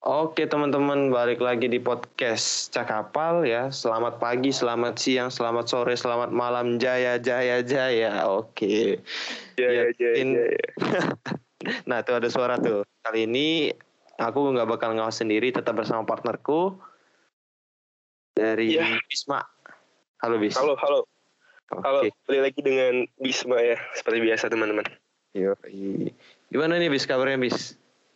Oke teman-teman, balik lagi di podcast Cakapal ya. Selamat pagi, selamat siang, selamat sore, selamat malam, jaya, jaya, jaya. Oke. Jaya. Nah, tuh ada suara tuh. Kali ini aku nggak bakal ngawas sendiri, tetap bersama partnerku dari Bisma. Halo Bis. Halo. Oke. Balik lagi dengan Bisma ya, seperti biasa teman-teman. Gimana nih Bis, kabarnya Bis?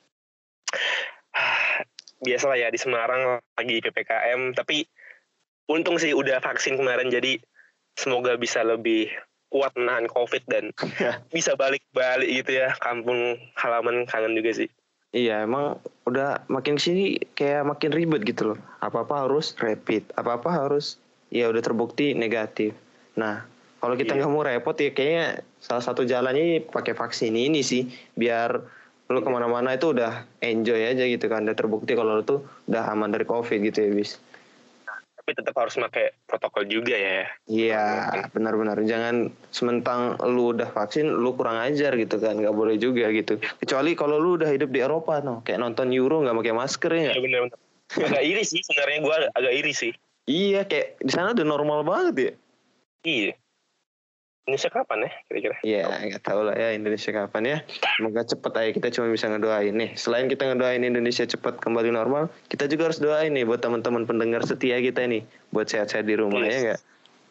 Biasalah ya, di Semarang lagi PPKM, tapi untung sih udah vaksin kemarin, jadi semoga bisa lebih kuat menahan COVID dan bisa balik-balik gitu ya, kampung halaman, kangen juga sih. Iya, emang udah makin sini kayak makin ribet gitu loh. Apa-apa harus rapid, apa-apa harus ya udah terbukti negatif. Nah, kalau kita nggak mau repot ya kayaknya salah satu jalannya pakai vaksin ini sih, biar lu kemana-mana itu udah enjoy aja gitu kan, udah terbukti kalau lu tuh udah aman dari COVID gitu ya bis. Tapi tetap harus pakai protokol juga ya. Iya, benar-benar. Jangan sementang lu udah vaksin, lu kurang ajar gitu kan. Nggak boleh juga gitu. Kecuali kalau lu udah hidup di Eropa, kayak nonton Euro nggak pakai masker ya. Iya benar. Agak iri sih sebenarnya, gue agak iri sih. Iya, kayak di sana udah normal banget ya. Iya. Indonesia kapan ya kira-kira? Iya, nggak tahu lah ya Indonesia kapan ya. Semoga cepet aja, kita cuma bisa ngedoain nih. Selain kita ngedoain Indonesia cepat kembali normal, kita juga harus doain nih buat teman-teman pendengar setia kita nih, buat sehat-sehat di rumah ya nggak?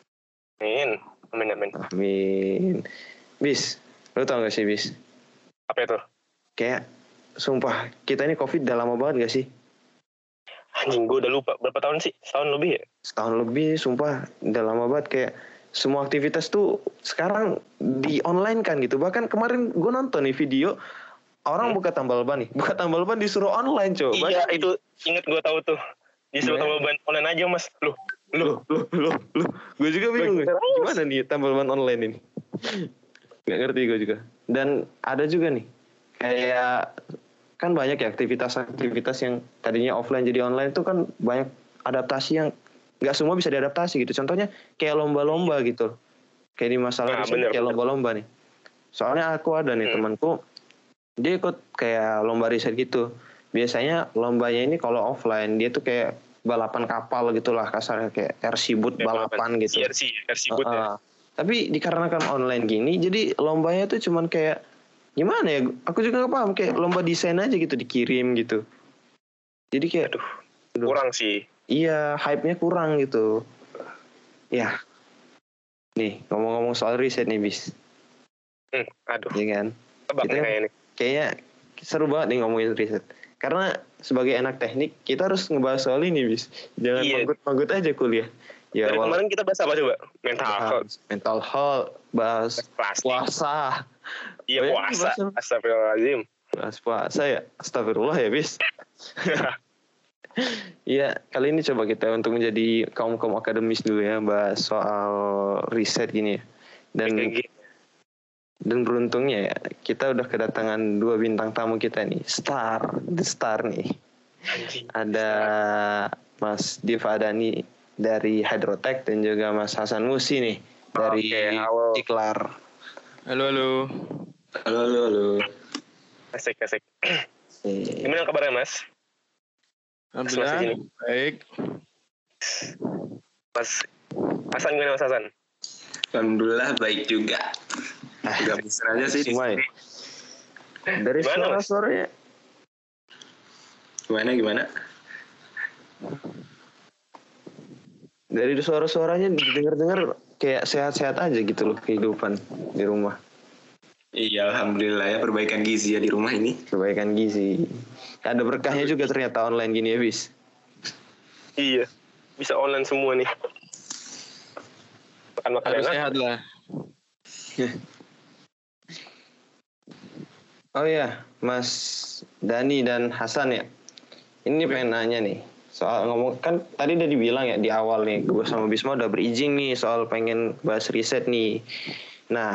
Amin. Amin. Bis, lu tau gak sih Bis? Apa itu? Kayak, sumpah, kita ini COVID udah lama banget gak sih? Anjing, gue udah lupa. Berapa tahun sih? Setahun lebih ya? Setahun lebih, sumpah, udah lama banget. Kayak, semua aktivitas tuh sekarang di online kan gitu. Bahkan kemarin gue nonton nih video, orang buka tambal ban nih. Buka tambal ban disuruh online, coba. Iya, itu inget gue tahu tuh. Disuruh tambal ban online aja, Mas. Loh. Gue juga bingung. Gimana nih tambal ban online ini? Gak ngerti gue juga. Dan ada juga nih, kayak kan banyak ya aktivitas-aktivitas yang tadinya offline jadi online itu kan banyak adaptasi yang nggak semua bisa diadaptasi gitu. Contohnya kayak lomba-lomba gitu. Kayak di masalah kayak lomba-lomba nih. Soalnya aku ada nih temanku, dia ikut kayak lomba riset gitu. Biasanya lombanya ini kalau offline dia tuh kayak balapan kapal gitulah kasarnya, kayak RC boot balapan gitu. RC boot ya. Tapi dikarenakan online gini, jadi lombanya tuh cuman kayak gimana ya? Aku juga nggak paham, kayak lomba desain aja gitu dikirim gitu. Jadi kayak aduh. Kurang sih. Iya, hype-nya kurang gitu. Ya. Nih, ngomong-ngomong soal riset nih, Bis. Aduh. Iya kan? Kayaknya seru banget nih ngomongin riset. Karena sebagai anak teknik, kita harus ngebahas soal ini, Bis. Jangan manggut-manggut aja kuliah. Ya, dari kemarin kita bahas apa coba? Mental health, bahas puasa. Iya, puasa. Astagfirullahaladzim. Bahas puasa ya? Astagfirullah ya, Bis. Iya, kali ini coba kita untuk menjadi kaum akademis dulu ya, bahas soal riset gini ya. Dan beruntungnya ya, kita udah kedatangan 2 bintang tamu kita nih, the star nih. Ada Mas Divadani dari Hydrotech dan juga Mas Hasan Musi nih dari Iklar. Halo. Asik. Gimana kabarnya, Mas? Alhamdulillah, baik. Mas Hasan, gimana Mas Hasan? Alhamdulillah baik juga. Gak bisa aja sih. Semua ya? Dari suara-suaranya. Gimana? Dari suara-suaranya didengar-dengar kayak sehat-sehat aja gitu loh kehidupan di rumah. Iya, alhamdulillah ya, perbaikan gizi ya di rumah ini. Perbaikan gizi. Ada berkahnya juga ternyata online gini ya, Bis. Iya, bisa online semua nih. Makan harus sehat lah. Oh ya, Mas Dani dan Hasan ya. Ini pengen nanya nih. Soal ngomong, kan tadi udah dibilang ya di awal nih, gue sama Bisma udah berizin nih soal pengen bahas riset nih. Nah,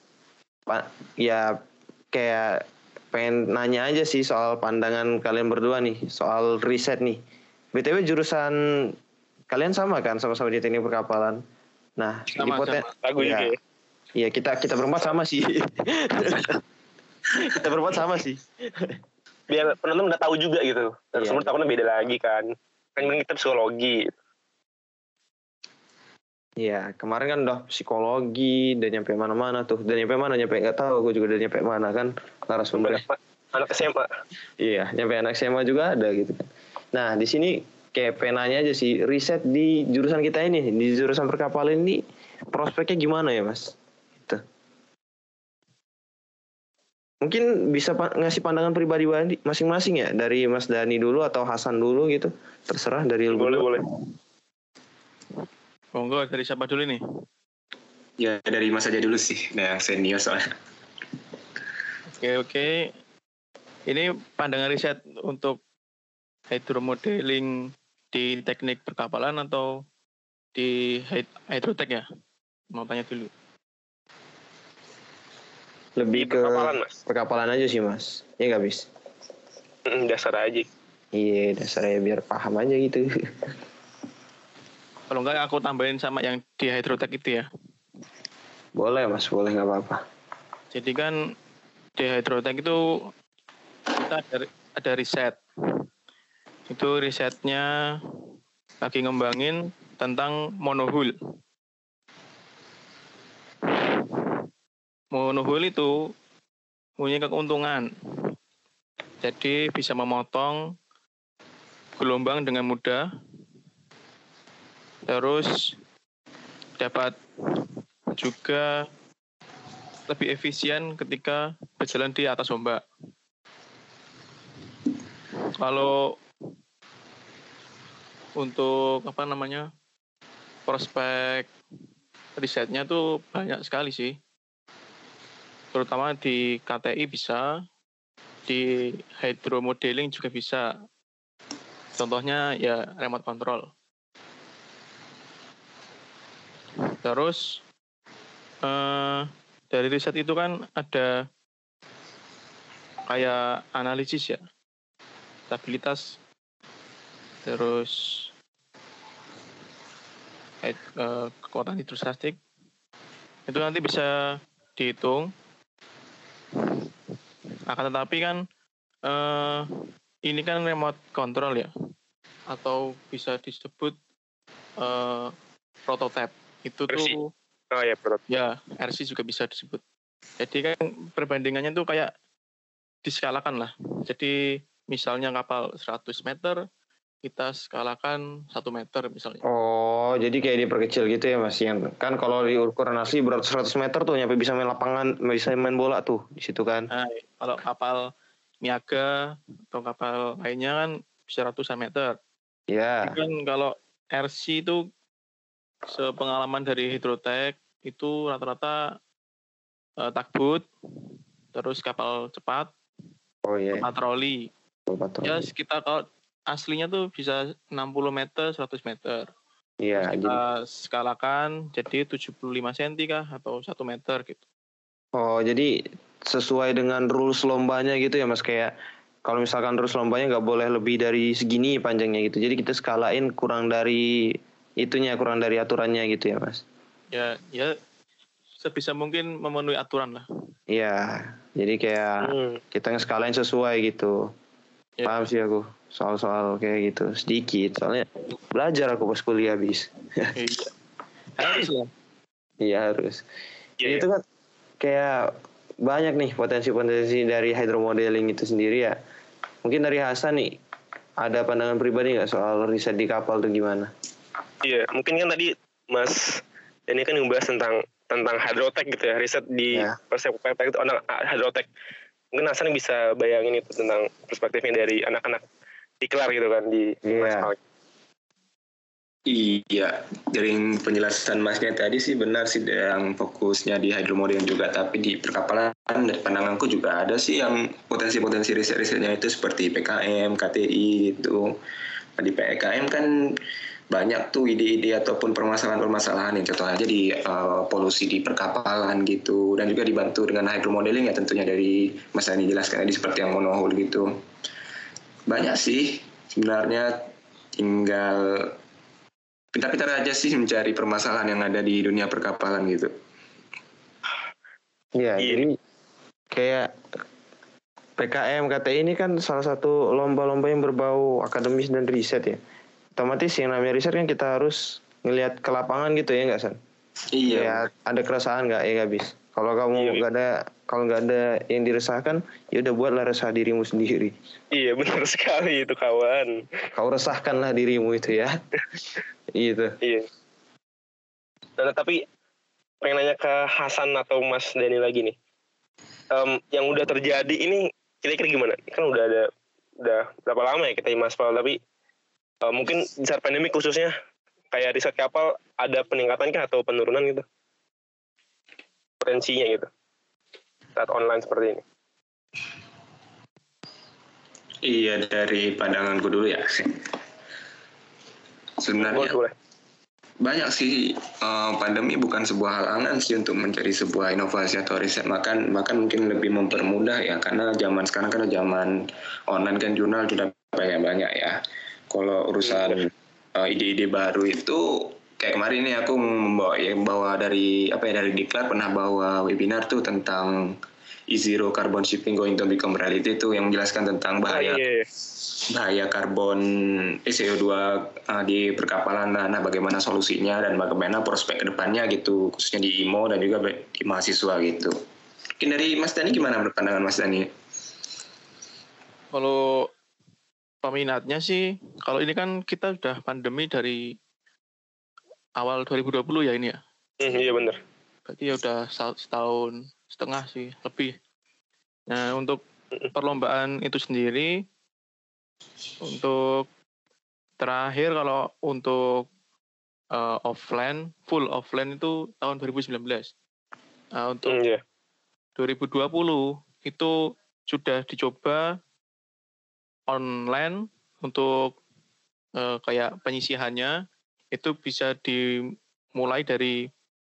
ya kayak pengen nanya aja sih soal pandangan kalian berdua nih soal riset nih. BTW jurusan kalian sama kan, sama-sama di teknik perkapalan. Nah, Iya, kita berempat sama sih. Kita berempat sama sih. biar penonton udah tahu juga gitu. Narasumber takutnya beda lagi kan kita psikologi. Iya, kemarin kan udah psikologi, dan nyampe mana-mana tuh. Dan nyampe mana, nyampe nggak tahu, gue juga udah nyampe mana kan narasumber. Anak SMA. Iya, nyampe anak SMA juga ada gitu kan. Nah, di sini kayak penanya aja sih, riset di jurusan kita ini, di jurusan perkapalan ini, prospeknya gimana ya, Mas? Gitu. Mungkin bisa ngasih pandangan pribadi masing-masing ya, dari Mas Dani dulu atau Hasan dulu gitu. Terserah dari lu. Boleh. Monggo, dari siapa dulu nih? Ya dari Mas aja dulu sih, yang senior soalnya. Oke. Ini pandangan riset untuk hydromodeling di teknik perkapalan atau di hydrotech ya? Mau tanya dulu. Lebih ke perkapalan, Mas. Perkapalan aja sih, Mas. Iya nggak, Bis? Dasar aja. Iya, dasarnya biar paham aja gitu. Kalau enggak aku tambahin sama yang di hydrotech itu ya. Boleh, Mas. Boleh, nggak apa-apa. Jadi kan di hydrotech itu kita ada riset. Itu risetnya lagi ngembangin tentang monohull. Monohull itu punya keuntungan. Jadi bisa memotong gelombang dengan mudah. Terus dapat juga lebih efisien ketika berjalan di atas ombak. Kalau untuk prospek risetnya tuh banyak sekali sih. Terutama di KTI bisa, di hydromodeling juga bisa. Contohnya ya remote control. Terus dari riset itu kan ada kayak analisis ya, stabilitas, terus kekuatan hidrostatik. Itu nanti bisa dihitung. Akan tetapi kan ini kan remote control ya, atau bisa disebut prototype. Itu RC. tuh Prototype. ya RC juga bisa disebut. Jadi kan perbandingannya tuh kayak diskalakan lah. Jadi misalnya kapal 100 meter, kita skalakan 1 meter misalnya. Oh, jadi kayak diperkecil gitu ya, Mas. Yang kan kalau di ukuran asli berat 100 meter tuh nyampe bisa main lapangan, bisa main bola tuh di situ kan. Nah, kalau kapal niaga atau kapal lainnya kan bisa ratusan meter. Iya. Kan kalau RC itu sepengalaman dari hidrotech itu rata-rata tugboat, terus kapal cepat, patroli. Ya sekitar kalau aslinya tuh bisa 60 meter, 100 meter. Iya. Terus kita skalakan jadi 75 cm kah atau 1 meter gitu. Oh, jadi sesuai dengan rules lombanya gitu ya, Mas, kayak kalau misalkan rules lombanya nggak boleh lebih dari segini panjangnya gitu. Jadi kita skalain kurang dari aturannya gitu ya, Mas. Ya sebisa mungkin memenuhi aturan lah. Iya, jadi kayak kita ngeskalain sesuai gitu. Ya. Paham sih aku soal-soal kayak gitu sedikit. Soalnya belajar aku pas kuliah habis. Harus lah. Iya harus. Ya, itu kan kayak banyak nih potensi-potensi dari hydromodeling itu sendiri ya. Mungkin dari Hasan nih, ada pandangan pribadi nggak soal riset di kapal tuh gimana? Iya, mungkin kan tadi Mas ini kan ngebahas tentang hydrotech gitu ya, riset di perspektif itu anak hydrotech. Mungkin Hasan bisa bayangin itu tentang perspektifnya dari anak-anak diklar gitu kan di Mas. Iya, dari penjelasan Masnya tadi sih benar sih yang fokusnya di hydromodeling juga, tapi di perkapalan dari pandanganku juga ada sih yang potensi-potensi riset-risetnya itu seperti PKM, KTI gitu. Nah, di PKM kan banyak tuh ide-ide ataupun permasalahan-permasalahan yang contoh aja di polusi di perkapalan gitu, dan juga dibantu dengan hydromodeling ya tentunya dari Mas Dani jelaskan tadi seperti yang monohull gitu. Banyak sih sebenarnya, tinggal pintar-pintar aja sih mencari permasalahan yang ada di dunia perkapalan gitu. Iya, jadi kayak PKM KTI ini kan salah satu lomba-lomba yang berbau akademis dan riset ya. Otomatis yang namanya riset kan kita harus ngelihat ke lapangan gitu ya nggak San? Iya. Ya ada keresahan nggak ya habis. Kalau kamu nggak ada yang diresahkan, ya udah buatlah resah dirimu sendiri. Iya benar sekali itu kawan. Kau resahkanlah dirimu itu ya. Gitu. Iya. Nah, tapi pengen nanya ke Hasan atau Mas Dani lagi nih. Yang udah terjadi ini kira-kira gimana? Kan udah berapa lama ya kita Imaspal, tapi mungkin di saat pandemi khususnya kayak riset kapal ada peningkatan kah atau penurunan gitu? Potensinya gitu. Saat online seperti ini. Iya, dari pandanganku dulu ya. Sebenarnya Boleh. banyak sih, pandemi bukan sebuah halangan sih untuk mencari sebuah inovasi atau riset, bahkan mungkin lebih mempermudah ya, karena zaman sekarang kan zaman online kan jurnal sudah banyak ya. Kalau urusan ide-ide baru itu kayak kemarin ini aku bawa dari Diklat pernah bawa webinar tuh tentang zero carbon shipping going to become reality, itu yang menjelaskan tentang bahaya karbon CO2 di perkapalan. Nah, bagaimana solusinya dan bagaimana prospek kedepannya gitu, khususnya di IMO dan juga di mahasiswa gitu. Mungkin dari Mas Dani gimana pandangan Mas Dani? Kalau peminatnya sih, kalau ini kan kita sudah pandemi dari awal 2020 ya ini ya. Iya benar. Berarti ya udah setahun setengah sih, lebih. Nah, untuk perlombaan itu sendiri, untuk terakhir kalau untuk full offline itu tahun 2019. Nah, untuk 2020 itu sudah dicoba online untuk kayak penyisihannya itu bisa dimulai dari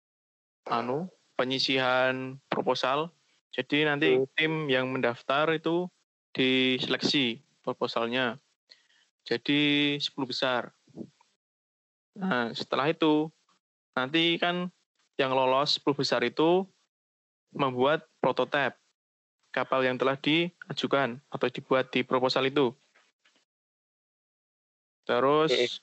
penyisihan proposal. Jadi nanti tim yang mendaftar itu diseleksi proposalnya. Jadi 10 besar. Nah, setelah itu nanti kan yang lolos 10 besar itu membuat prototipe kapal yang telah diajukan atau dibuat di proposal itu. Terus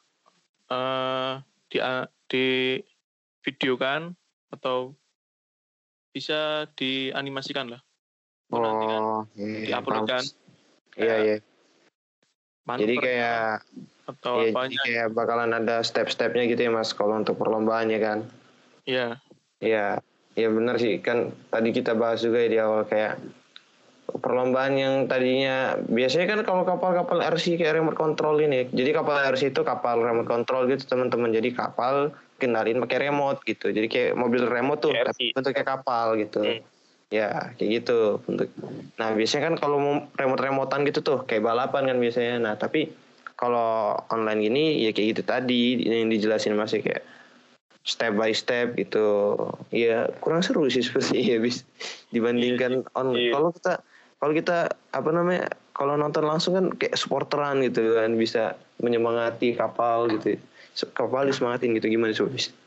di videokan atau bisa dianimasikan lah. Nanti kan diupload kan. Iya. Jadi Manuvernya kayak atau apanya. Jadi kayak bakalan ada step-stepnya gitu ya Mas kalau untuk perlombaannya kan. Iya. Iya benar sih, kan tadi kita bahas juga ya di awal kayak perlombaan yang tadinya biasanya kan kalau kapal-kapal RC kayak remote control ini. Jadi kapal RC itu kapal remote control gitu teman-teman. Jadi kapal kendaliin pakai remote gitu. Jadi kayak mobil remote tuh tapi bentuknya kapal gitu. Ya kayak gitu bentuk. Nah biasanya kan kalau mau remote-remotan gitu tuh kayak balapan kan biasanya. Nah tapi kalau online gini ya kayak gitu tadi yang dijelasin masih kayak step by step gitu. Ya kurang seru sih sepertinya bis dibandingkan online. Kalau kita kalau nonton langsung kan kayak supporteran gitu kan, bisa menyemangati kapal gitu. Kapal disemangatin gitu, gimana sih bis?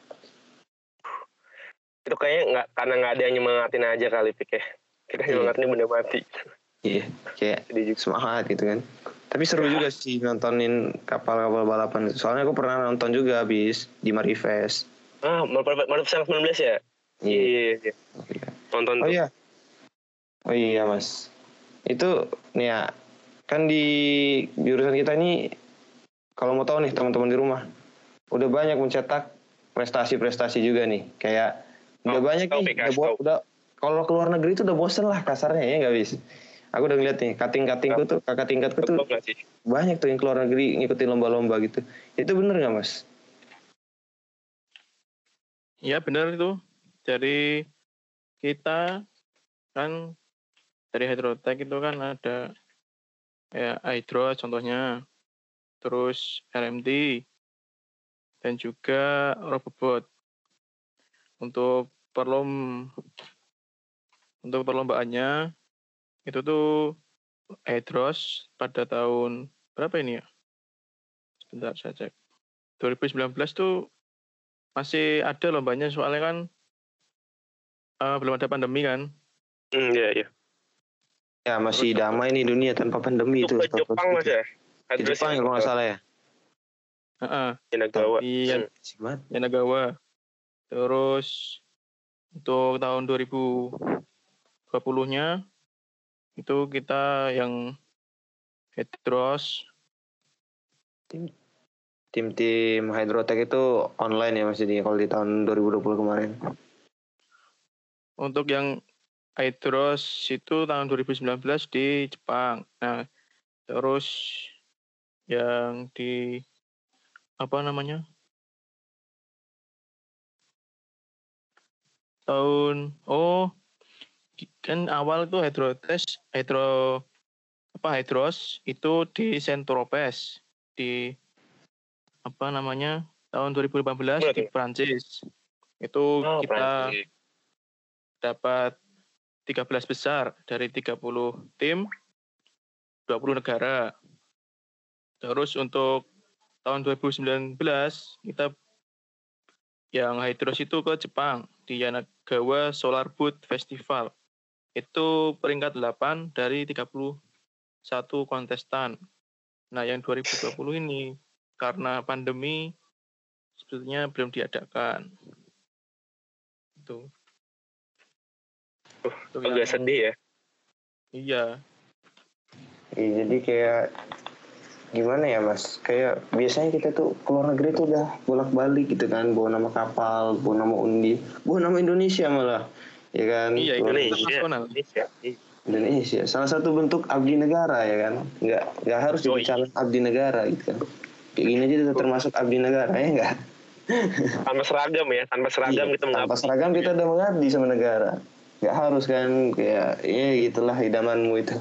Itu kayaknya karena nggak ada yang nyemangatin aja kali Pik ya. Kita nyemangatin benda mati. Iya, kayak semangat gitu kan. Tapi seru juga sih nontonin kapal-kapal balapan itu. Soalnya aku pernah nonton juga habis di Marifest. Marifest 19 ya? Iya. Nonton tuh. Oh iya Mas. Itu nih ya, kan di jurusan kita ini kalau mau tahu nih teman-teman di rumah, udah banyak mencetak prestasi-prestasi juga nih. Kayak udah banyak nih, udah kalau keluar negeri itu udah bosen lah kasarnya ya nggak bis. Aku udah ngeliat nih, kating-katingku tuh, kakak tingkatku tuh banyak tuh yang keluar negeri ngikutin lomba-lomba gitu. Itu bener nggak Mas? Iya bener itu. Dari kita kan dari Hydrotech itu kan ada ya Hydro contohnya, terus RMT dan juga Robobot. Untuk perlombaannya itu tuh Hydros pada tahun berapa ini ya? Sebentar saya cek. 2019 tuh masih ada lombanya soalnya kan belum ada pandemi kan. Iya. Ya masih damai nih dunia tanpa pandemi itu. Untuk ke Jepang Mas ya. Di Jepang ya kalau nggak salah ya. Yanagawa. Yanagawa. Terus untuk tahun 2020-nya itu kita yang Hydros. Tim Hydrotech itu online ya Mas jadi kalau di tahun 2020 kemarin. Untuk yang Hydros itu tahun 2019 di Jepang. Nah, terus yang di apa namanya? Kan awal itu Hydros itu di Saint-Tropez di apa namanya? Tahun 2015 di Prancis. Itu kita Prancis. dapat 13 besar dari 30 tim 20 negara. Terus untuk tahun 2019 kita yang Hydros itu ke Jepang di Yanagawa Solar Boat Festival. Itu peringkat 8 dari 31 kontestan. Nah, yang 2020 ini karena pandemi sebetulnya belum diadakan. Itu. Agak sedih ya. Iya. Jadi kayak gimana ya Mas? Kayak biasanya kita tuh keluar negeri tuh udah bolak-balik gitu kan, bawa nama kapal, bawa nama undi, bawa nama Indonesia malah, ya kan? Iya, Indonesia. Salah satu bentuk abdi negara ya kan? Nggak harus jadi calon abdi negara gitu kan? Kayak gini aja udah termasuk abdi negara ya nggak? Tanpa seragam ya, tanpa seragam kita mengabdi. Tanpa seragam kita udah mengabdi sama negara. Nggak harus kan kayak ya gitulah idamanmu itu.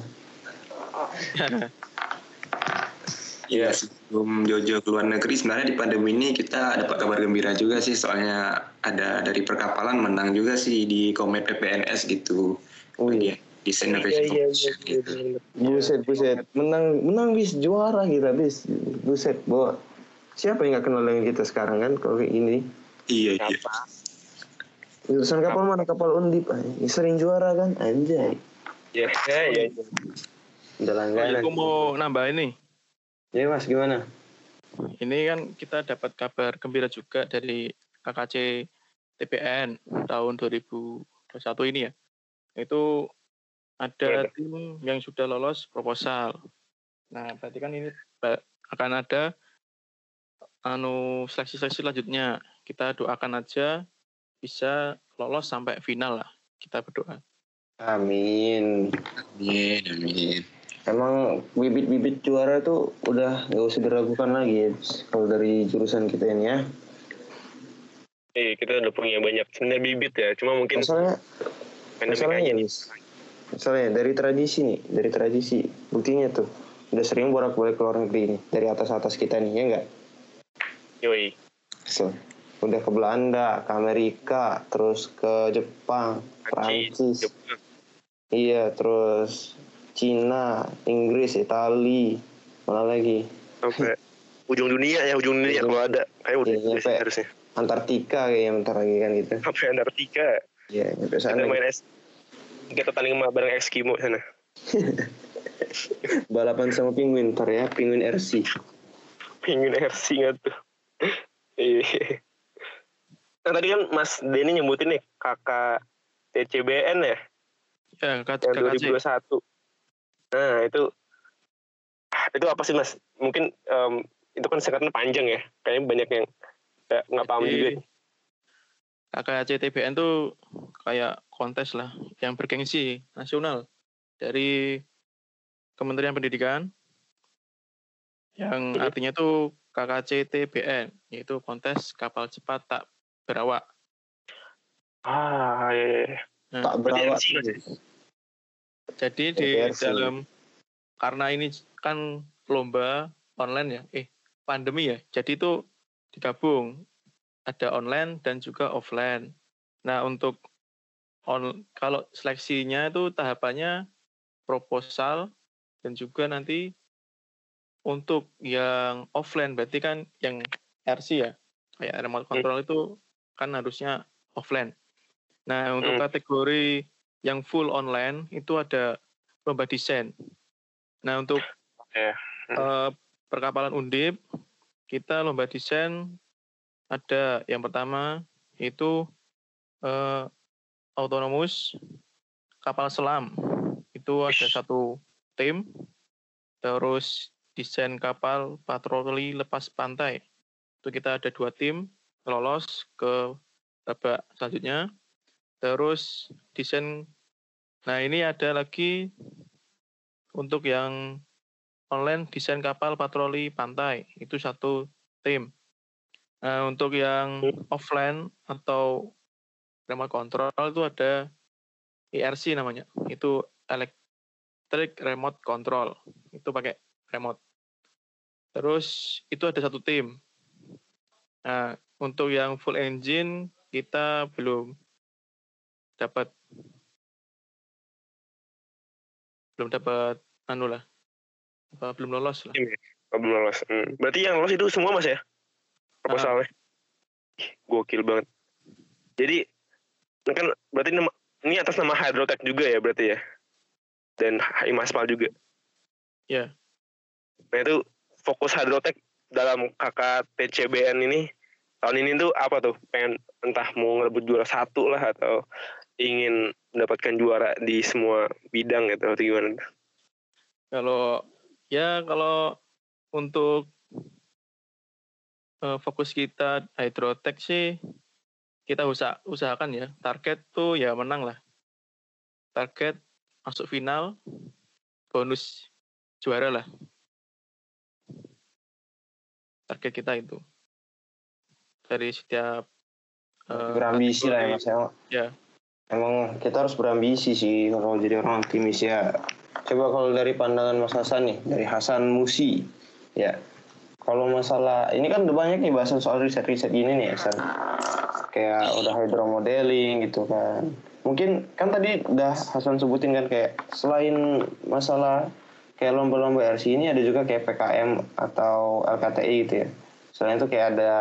Iya, sebelum Jojo keluar negeri sebenarnya di pandemi ini kita dapat kabar gembira juga sih, soalnya ada dari perkapalan menang juga sih di Komet PPNS gitu. Oh iya. Desain Innovation gitu. Buset. Menang bis juara kita bis. Buset, Bo. Siapa yang nggak kenal dengan kita sekarang kan kalau kayak gini? Iya. Jurusan kapal mana? Kapal Undip. Sering juara kan? Anjay. Iya. Udah langganan. Aku mau nambah ini. Ya Mas, gimana? Ini kan kita dapat kabar gembira juga dari KKC TPN tahun 2021 ini ya. Itu ada tim yang sudah lolos proposal. Nah, berarti kan ini akan ada seleksi-seleksi selanjutnya. Kita doakan aja bisa lolos sampai final lah. Kita berdoa. Amin. Emang bibit-bibit juara tuh udah gak usah diragukan lagi ya, kalau dari jurusan kita ini ya. Kita udah punya banyak sebenarnya bibit ya, cuma mungkin masalahnya dari tradisi buktinya tuh udah sering bolak-balik ke luar negeri nih dari atas kita nih ya enggak? Yoi. So, udah ke Belanda, ke Amerika, terus ke Jepang, Prancis. Iya, terus Cina, Inggris, Itali, mana lagi? Sampai ujung dunia kalau ada. Kayak udah harusnya. Antartika kayaknya bentar lagi kan gitu. Sampai Antartika. Iya, sampai sana. Kita main kita tanding bareng Eskimo sana. Balapan sama penguin ntar ya, penguin RC. Penguin RC nggak tuh? Iya. Nah tadi kan Mas Denny nyebutin nih kakak TCBN ya? Ya, yang 2021. Nah itu apa sih Mas? Mungkin itu kan singkatan panjang ya. Kayaknya banyak yang nggak paham juga. KKCTBN tuh kayak kontes lah yang bergengsi nasional dari Kementerian Pendidikan yang artinya tuh KKCTBN, yaitu kontes kapal cepat tak berawak. Iya. Nah, tak berawak. Jadi di dalam karena ini kan lomba online ya, pandemi ya. Jadi itu digabung ada online dan juga offline. Nah, untuk kalau seleksinya itu tahapannya proposal dan juga nanti untuk yang offline berarti kan yang RC ya, kayak remote control itu kan harusnya offline. Nah, untuk kategori yang full online itu ada lomba desain. Nah, untuk perkapalan Undip, kita lomba desain ada yang pertama itu autonomous kapal selam. Itu ada satu tim. Terus desain kapal patroli lepas pantai. Itu kita ada 2 tim lolos ke babak selanjutnya. Terus desain, nah ini ada lagi untuk yang online desain kapal patroli pantai. Itu 1 tim. Nah, untuk yang offline atau remote control itu ada ERC namanya. Itu electric remote control. Itu pakai remote. Terus itu ada 1 tim. Nah, untuk yang full engine kita belum dapat belum lolos lah. Belum lolos. Berarti yang lolos itu semua Mas ya? Proposalnya. Gokil banget. Jadi kan berarti ini atas nama Hydrotech juga ya berarti ya? Dan Himaspal juga. Ya. Nah itu fokus Hydrotech dalam KKTCBN ini tahun ini tuh apa tuh? Pengen entah mau ngerebut juara 1 lah atau ingin mendapatkan juara di semua bidang gitu atau gimana? Kalau untuk fokus kita Hydrotech sih kita usahakan ya, target tuh ya menang lah. Target masuk final, bonus juara lah. Target kita itu. Dari setiap berambisi lah ya Mas. Ya. Emang kita harus berambisi sih kalau jadi orang optimis ya. Coba kalau dari pandangan Mas Hasan nih, dari Hasan Musi. Ya. Kalau masalah, ini kan udah banyak nih bahasan soal riset-riset gini nih Hasan. Kayak udah hydromodeling gitu kan. Mungkin kan tadi udah Hasan sebutin kan kayak selain masalah kayak lomba-lomba RC ini ada juga kayak PKM atau LKTI gitu ya. Selain itu kayak ada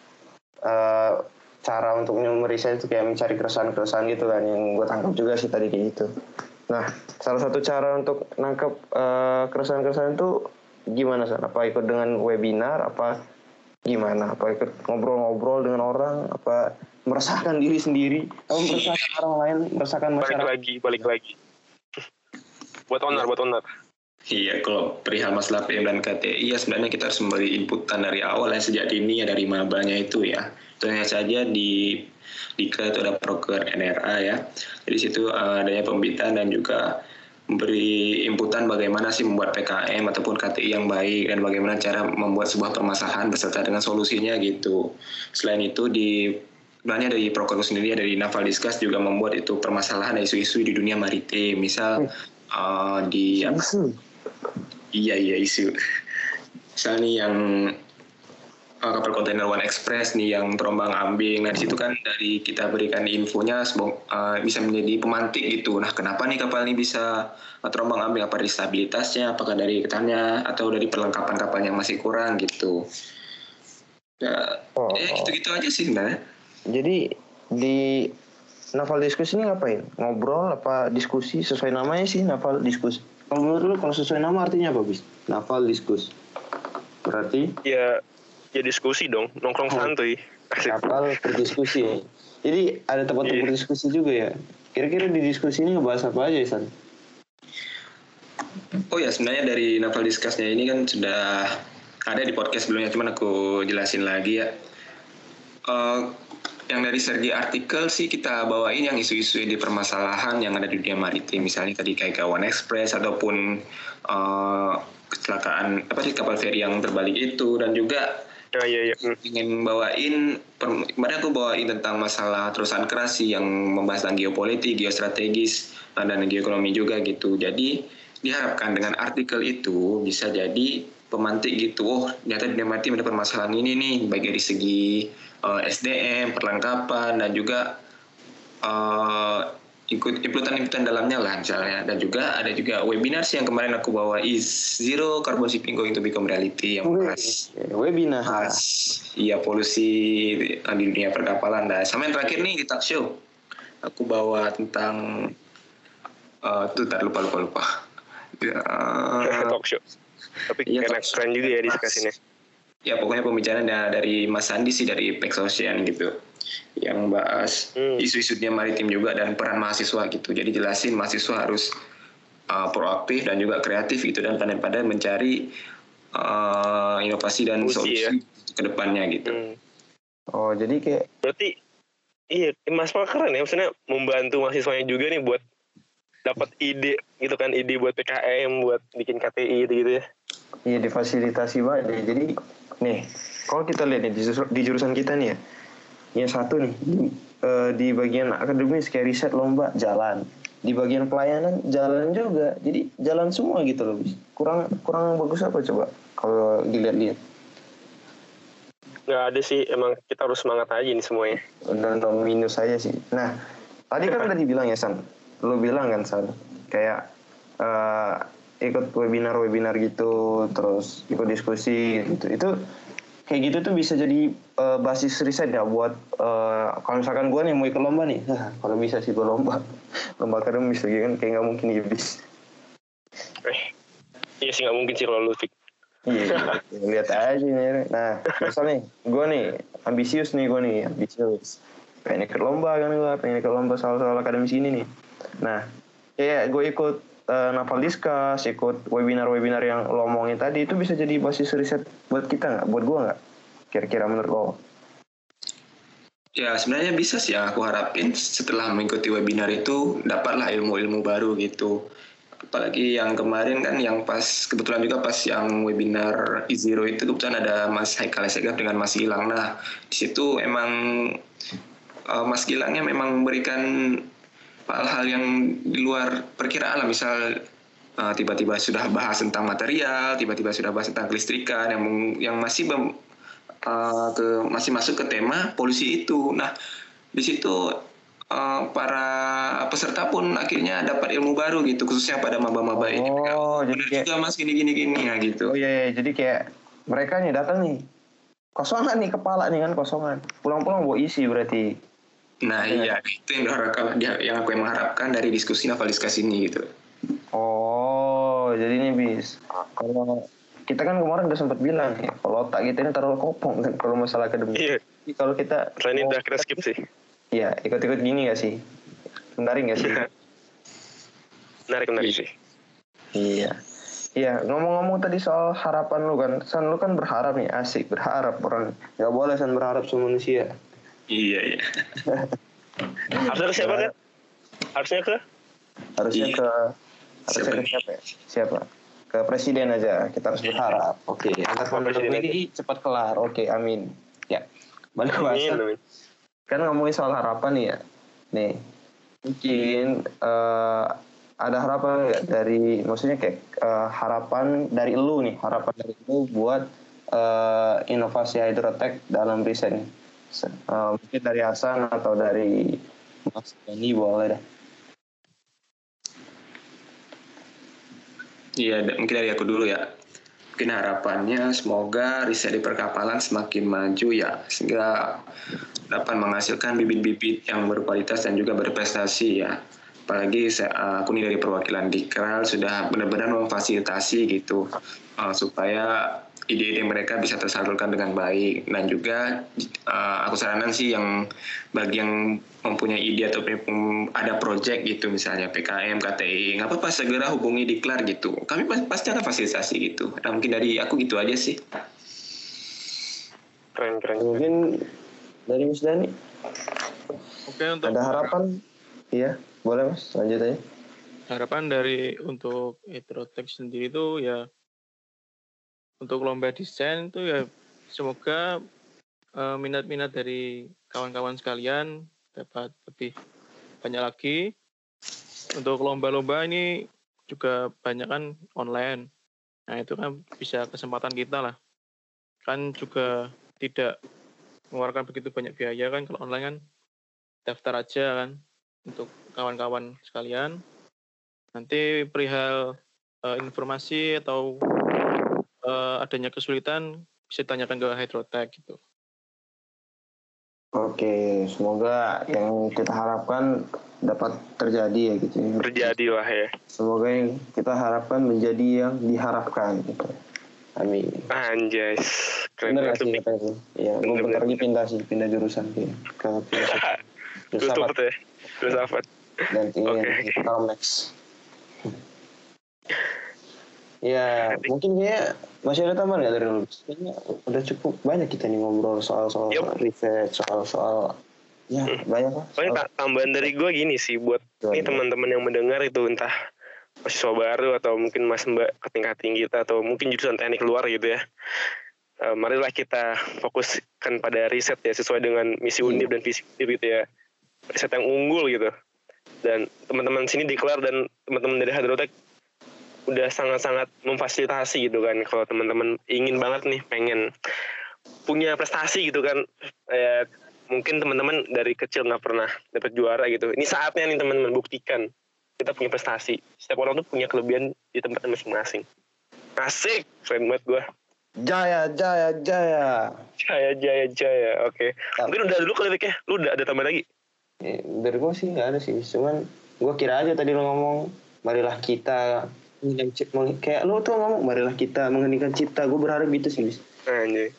cara untuk meriset itu kayak mencari keresahan-keresahan gitu kan, yang gue tangkap juga sih tadi kayak gitu. Nah, salah satu cara untuk nangkep keresahan-keresahan itu gimana San? Apa ikut dengan webinar, apa gimana? Apa ikut ngobrol-ngobrol dengan orang, apa meresahkan diri sendiri, atau meresahkan orang lain, meresahkan masyarakat? Balik lagi. Buat owner. Iya, kalau perihal masalah PM dan KTI ya sebenarnya kita harus memberi inputan dari awal ya, sejak dini ya, dari mabanya itu ya. Tentunya saja di Dikra itu ada proker NRA ya. Jadi situ adanya pembibitan dan juga memberi inputan bagaimana sih membuat PKM ataupun KTI yang baik dan bagaimana cara membuat sebuah permasalahan beserta dengan solusinya gitu. Selain itu sebenarnya dari proker sendiri dari Naval Discuss juga membuat itu permasalahan dan isu-isu di dunia maritim. Misal isu. Misal nih yang kapal kontainer One Express nih yang terombang ambing. Nah di situ kan dari kita berikan infonya bisa menjadi pemantik gitu. Nah kenapa nih kapal ini bisa terombang ambing? Apa dari stabilitasnya, apakah dari ketannya, atau dari perlengkapan kapal yang masih kurang gitu. Ya, gitu-gitu aja sih sebenarnya. Jadi di Naval Discuss ini ngapain? Ngobrol apa diskusi? Sesuai namanya sih Naval Discuss. Kalau menurut lu kalau sesuai nama artinya apa bis? Naval Discuss. Berarti? Ya diskusi dong, nongkrong santuy. Kapal berdiskusi ya. Jadi ada tempat berdiskusi juga ya. Kira-kira di diskusi ini ngebahas apa aja San? Oh ya, sebenarnya dari Naval Discuss-nya ini kan sudah ada di podcast sebelumnya, cuman aku jelasin lagi ya. Yang dari segi artikel sih kita bawain yang isu-isu di permasalahan yang ada di dunia maritim, misalnya tadi kayak One Express ataupun kecelakaan kapal feri yang terbalik itu, dan juga ingin bawain kemarin aku bawain tentang masalah terusan keras sih yang membahas tentang geopolitik, geostrategis dan geoekonomi juga gitu. Jadi diharapkan dengan artikel itu bisa jadi pemantik gitu. Ternyata di dunia maritim ada permasalahan ini nih, baik dari segi SDM, perlengkapan, dan juga inputan dalamnya lah misalnya. Dan juga ada juga webinar sih yang kemarin aku bawa, is Zero Carbon Shipping Going to Become Reality, yang membahas webinar polusi di dunia perkapalan. Dan sama yang terakhir nih di talk show aku bawa tentang lupa Ya, talk show. Tapi iya, enak, keren juga ya diskusinya. ya pokoknya pembicaraan dari Mas Andi sih dari Pax Ocean gitu, yang bahas isu-isu dunia maritim juga dan peran mahasiswa gitu. Jadi jelasin mahasiswa harus proaktif dan juga kreatif gitu, dan pandai-pandai mencari inovasi dan solusi ke depannya gitu. Oh, jadi kayak Berarti iya, Mas Pak keren ya, maksudnya membantu mahasiswanya juga nih buat dapat ide gitu kan, ide buat PKM, buat bikin KTI gitu ya. iya difasilitasi banget deh. Jadi nih, kalau kita lihat nih di jurusan kita nih ya, yang satu nih di bagian akademis kayak riset lomba jalan, di bagian pelayanan jalan juga. Jadi jalan semua gitu loh. Kurang bagus apa coba kalau dilihat-lihat? Nggak ada sih, emang kita harus semangat aja nih semuanya. Udah no minus aja sih. Nah, tadi kan udah dibilang ya San, lu bilang kan San, kayak ikut webinar gitu, terus ikut diskusi gitu. Itu kayak gitu tuh bisa jadi basis riset ya buat kalau misalkan gue nih mau ikut lomba nih, kalau bisa sih gue lomba akademis lagi kan kayak nggak mungkin iblis. Iya sih, nggak mungkin sih kalau lu Fik. Iya, lihat aja nih. Nah, misalnya gue nih ambisius, pengen ikut lomba kan, gue pengen ikut lomba soal akademis ini nih. Nah, kayak gue ikut Naval Discuss, ikut webinar yang lo omongin tadi, itu bisa jadi basis riset buat kita nggak? Buat gue nggak? Kira-kira menurut lo? Ya sebenarnya bisa sih, yang aku harapin setelah mengikuti webinar itu dapatlah ilmu-ilmu baru gitu. Apalagi yang kemarin kan yang kebetulan juga pas yang webinar E0 itu kebetulan ada Mas Haikal Segaf dengan Mas Gilang. Nah di situ emang Mas Gilangnya memang memberikan hal-hal yang di luar perkiraan lah, misal tiba-tiba sudah bahas tentang material, tiba-tiba sudah bahas tentang kelistrikan yang masih masih masuk ke tema polusi itu. Nah di situ para peserta pun akhirnya dapat ilmu baru gitu, khususnya pada maba-maba ini. Oh, jadi kayak juga Mas gini ya gitu. Oh iya, jadi kayak mereka nih datang nih kosongan nih, kepala nih kan kosongan, pulang-pulang bawa isi berarti. Nah iya, itu yang aku emang harapkan dari diskusi Naval Discuss ini gitu. Oh, jadi ini kalau kita kan kemarin udah sempat bilang ya, kalau otak kita ini terlalu kopong kan kalau masalah akademik. Iya. Jadi kalau kita Ini udah kita skip sih. Iya, ikut-ikut gini gak sih? Menarik gak sih? Menarik sih. Iya. Iya, ngomong-ngomong tadi soal harapan lu kan, San lu kan berharap nih, asik berharap orang. Gak boleh San berharap sama manusia. Iya. Harusnya ke siapa kan? Harusnya ke ke siapa ya? Siapa? Ke presiden aja. Kita harus berharap. Oke. Agar pandemi ini cepat kelar. Oke, amin. Ya. Balik ke bahasa. Kan ngomongin soal harapan nih ya. Nih. Mungkin ada harapan nggak dari, maksudnya kayak harapan dari lu buat inovasi hydrotech dalam riset nih. Mungkin dari Hasan atau dari Mas Dani boleh deh. Iya, mungkin dari aku dulu ya. Mungkin harapannya semoga riset di perkapalan semakin maju ya, sehingga dapat menghasilkan bibit-bibit yang berkualitas dan juga berprestasi ya. Apalagi aku nih dari perwakilan Dikral sudah benar-benar memfasilitasi gitu supaya ide-ide mereka bisa tersalurkan dengan baik. Dan juga aku sarankan sih yang bagi yang mempunyai ide atau ada project gitu, misalnya PKM, KTI, nggak apa-apa segera hubungi Diklar gitu. Kami pasti akan fasilitasi gitu. Nah mungkin dari aku gitu aja sih. Keren. Mungkin dari Mas Dani. Oke, untuk ada harapan? Iya, boleh Mas, lanjut aja. Harapan untuk hydrotech sendiri itu ya, untuk lomba desain itu ya semoga minat-minat dari kawan-kawan sekalian dapat lebih banyak lagi. Untuk lomba-lomba ini juga banyak kan online. Nah itu kan bisa kesempatan kita lah. Kan juga tidak mengeluarkan begitu banyak biaya kan, kalau online kan daftar aja kan untuk kawan-kawan sekalian. Nanti perihal informasi atau adanya kesulitan bisa ditanyakan ke hydrotech gitu. Oke, semoga yang kita harapkan dapat terjadi ya gitu. Terjadilah ya. Semoga yang kita harapkan menjadi yang diharapkan gitu. Amin. Anjay, keren Bener banget gak sih tuh. kata itu? Iya, gue bentar lagi pindah jurusan kayak ke filsafat. Filsafat ya, filsafat. Dan ingin Oke. next. Ya, mungkin kayak masih ada tambahan nggak dari lu? Kayaknya udah cukup banyak kita nih ngobrol soal riset, soal ya banyak lah. Paling tambahan dari gue gini sih buat ini teman-teman yang mendengar itu entah mahasiswa baru atau mungkin mas mbak ke tingkat tinggi kita atau mungkin jurusan teknik luar gitu ya. Marilah kita fokuskan pada riset ya sesuai dengan misi Undip dan visi Undip gitu ya. Riset yang unggul gitu. Dan teman-teman sini declare dan teman-teman dari Hydrotech udah sangat-sangat memfasilitasi gitu kan. Kalau teman-teman ingin banget nih pengen punya prestasi gitu kan, mungkin teman-teman dari kecil nggak pernah dapat juara gitu. Ini saatnya nih teman-teman buktikan kita punya prestasi. Setiap orang tuh punya kelebihan di tempat masing-masing. Asik, keren banget gue. Jaya. Oke. Mungkin udah dulu kali ya. Lu udah ada tambah lagi? Dari gue sih nggak ada sih. Cuman gue kira aja tadi lo ngomong marilah kita kayak lo tuh ngomong marilah kita mengheningkan cipta. Gue berharap gitu sih. Anjay.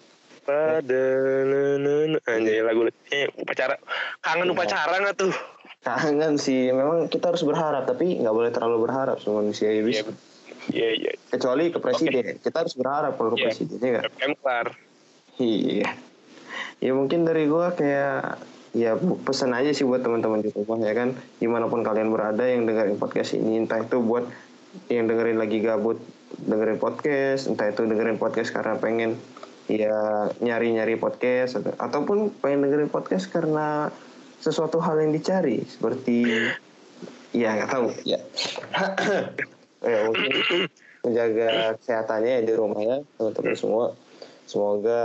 Anjay lagu upacara. Kangen upacara nggak tuh? Kangen sih. Memang kita harus berharap tapi nggak boleh terlalu berharap sama manusia iblis. Iya. Kecuali ke presiden. Kita harus berharap kalau ke presidennya nggak? Kelar. Iya. Ya mungkin dari gue kayak ya pesan aja sih buat teman-teman di rumah ya kan, dimanapun kalian berada yang dengerin podcast ini, entah itu buat yang dengerin lagi gabut dengerin podcast, entah itu dengerin podcast karena pengen ya nyari-nyari podcast ataupun pengen dengerin podcast karena sesuatu hal yang dicari seperti ya nggak tahu ya. Ya mungkin menjaga kesehatannya ya di rumah ya teman-teman semua. Semoga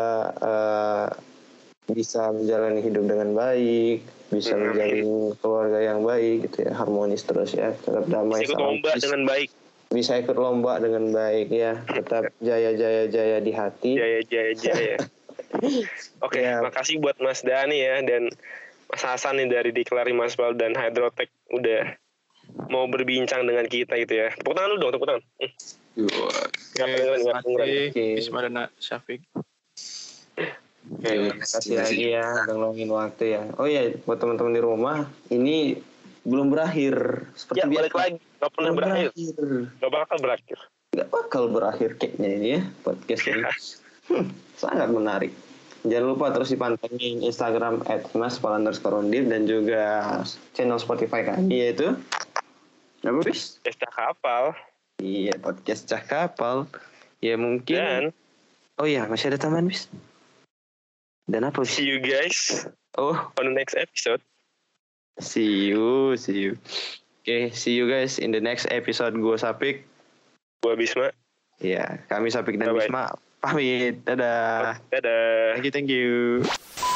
bisa menjalani hidup dengan baik, bisa menjalin keluarga yang baik gitu ya, harmonis terus ya, tetap damai. Bisa ikut lomba dengan baik. Bisa ikut lomba dengan baik ya, tetap jaya di hati. Jaya. Oke, makasih buat Mas Dani ya dan Mas Hasan nih dari Declare Masbal dan Hydrotech udah mau berbincang dengan kita gitu ya. Tepuk tangan dulu dong, tepuk tangan. Terima kasih Bismardana Syafiq. Terima kasih lagi ya udah ngeluangin waktu ya. Oh iya, buat teman-teman di rumah, ini belum berakhir seperti biasa. Balik lagi, nggak pernah berakhir. Nggak bakal berakhir kayaknya ini ya podcast ini. Sangat menarik. Jangan lupa terus dipantengin Instagram @mas_undip dan juga channel Spotify kami yaitu apa bis? Cah Kapal. Iya, podcast Cah Kapal. Ya mungkin. Dan, oh iya, masih ada tambahan bis? Dan apa? See you guys. On the next episode. See you. Okay, see you guys in the next episode. Gue Sapik. Gue Bisma. Ya, kami Sapik dan Bye-bye. Bisma pamit. Dadah. Dadah. Thank you.